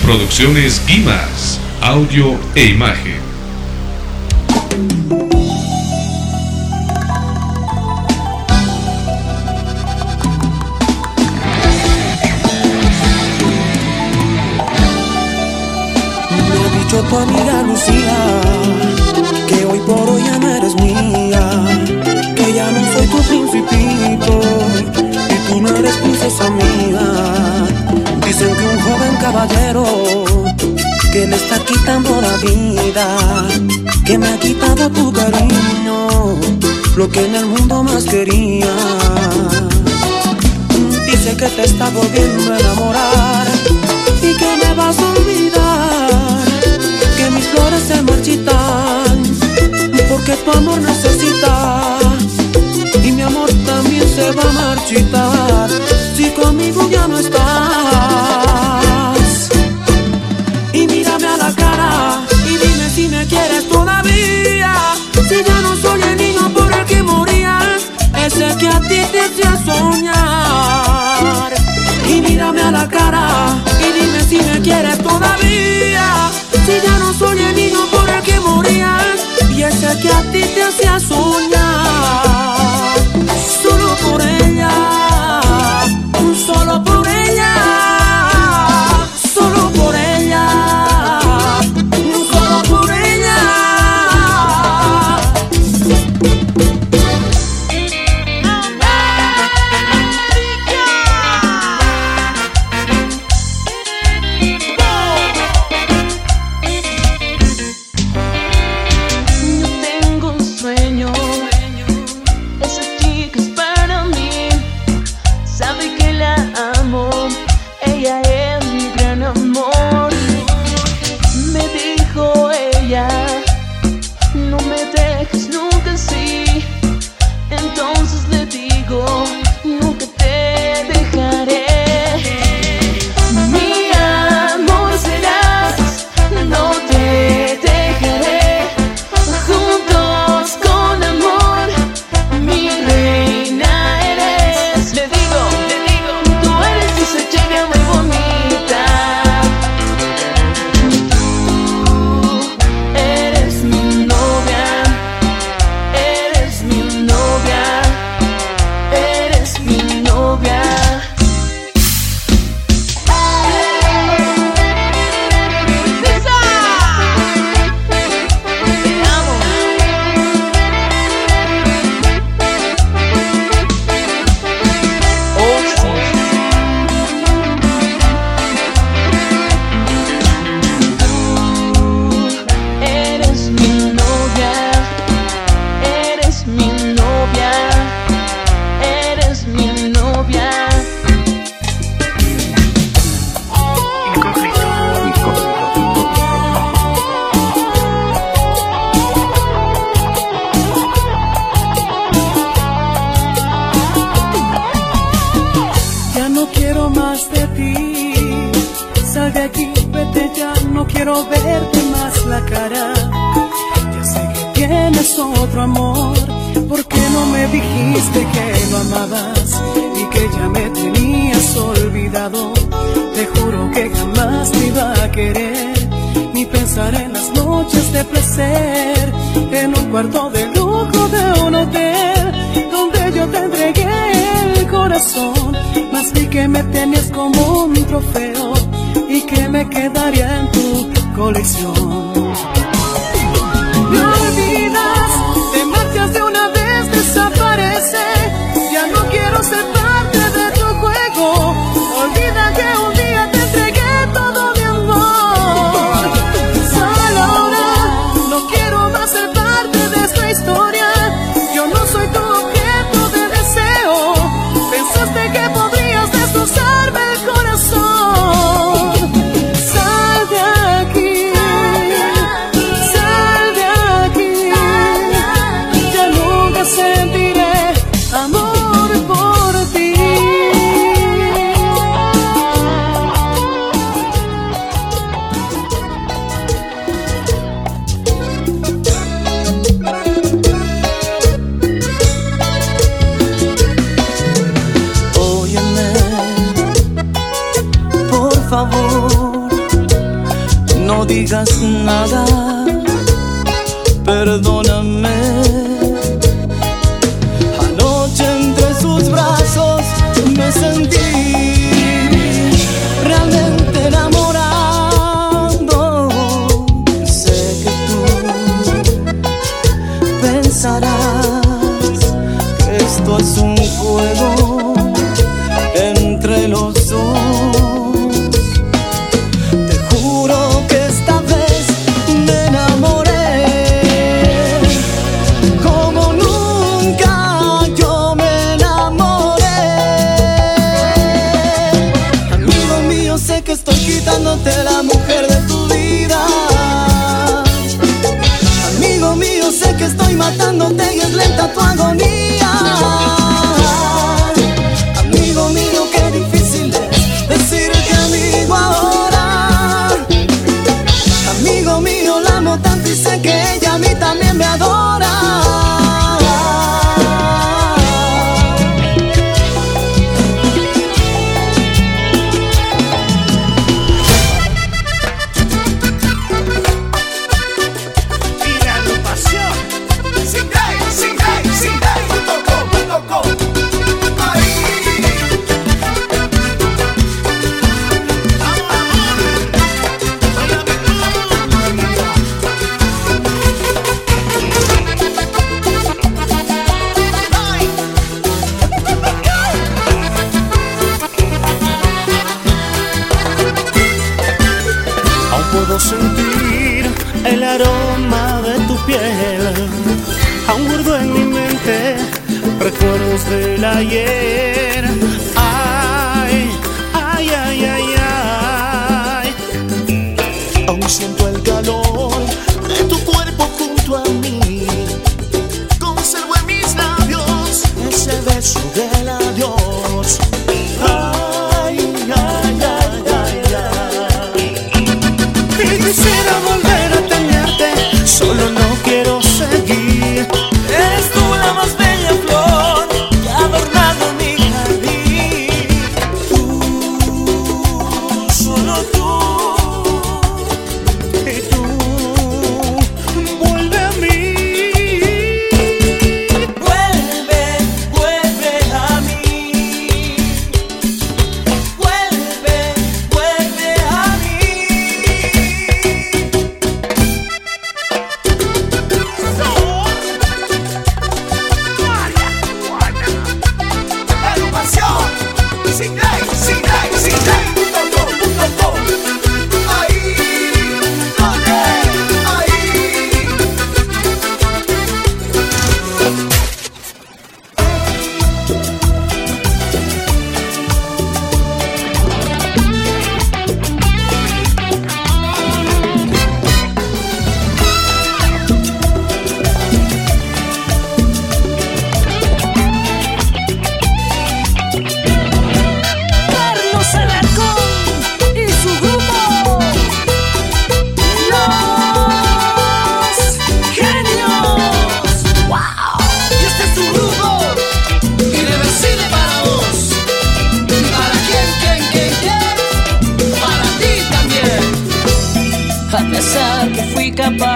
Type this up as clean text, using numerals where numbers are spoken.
Producciones Guimas, audio e imagen. Me ha dicho tu amiga Lucía que hoy por hoy ya no eres mía, que ya no soy tu principito y tú no eres princesa mía. Dicen que un joven caballero que le está quitando la vida, que me ha quitado tu cariño, lo que en el mundo más quería. Dice que te está volviendo a enamorar y que me vas a olvidar, que mis flores se marchitan porque tu amor necesita, y mi amor también se va a marchitar si conmigo ya no estás. Y mírame a la cara y dime si me quieres todavía, si ya no soy el niño por el que morías, ese que a ti te hacía soñar. Y mírame a la cara y dime si me quieres todavía, si ya no soy el niño por el que morías, y ese que a ti te hacía soñar. Solo por ella, solo por ella, solo por ella, solo por ella. Sal de aquí. digas nada, perdóname. Anoche entre sus brazos me sentí realmente enamorado. Sé que tú pensarás que esto es un juego entre los dos. Te juro que esta vez me enamoré como nunca yo me enamoré. Amigo mío, sé que estoy quitándote la mujer de tu vida. Amigo mío, sé que estoy matándote y es lenta tu agonía. Amigo mío, qué difícil es decirte amigo ahora. Amigo mío, la amo tanto y sé que ella a mí también me adora. Puedo sentir el aroma de tu piel, aún guardo en mi mente recuerdos del ayer. Ay, ay, ay, ay, ay. Aún siento el calor de tu cuerpo junto a mí. Conservo en mis labios ese beso del adiós. Ay, ay, ay, ay, ay. Quisiera volver a tenerte, solo no quiero seguir. Eres tú la más bella flor que ha adornado mi jardín. Tú, solo tú. Y tú, vuelve a mí. Vuelve, vuelve a mí. Vuelve, vuelve a mí. Educación, sin ley, sin ley, sin ley. Ahí, donde, ahí. Carlos Alarcón y su grupo Los Genios. ¡Wow! Y este es tu grupo, irreversible para vos. Para quien, para ti también. A pesar que fui capaz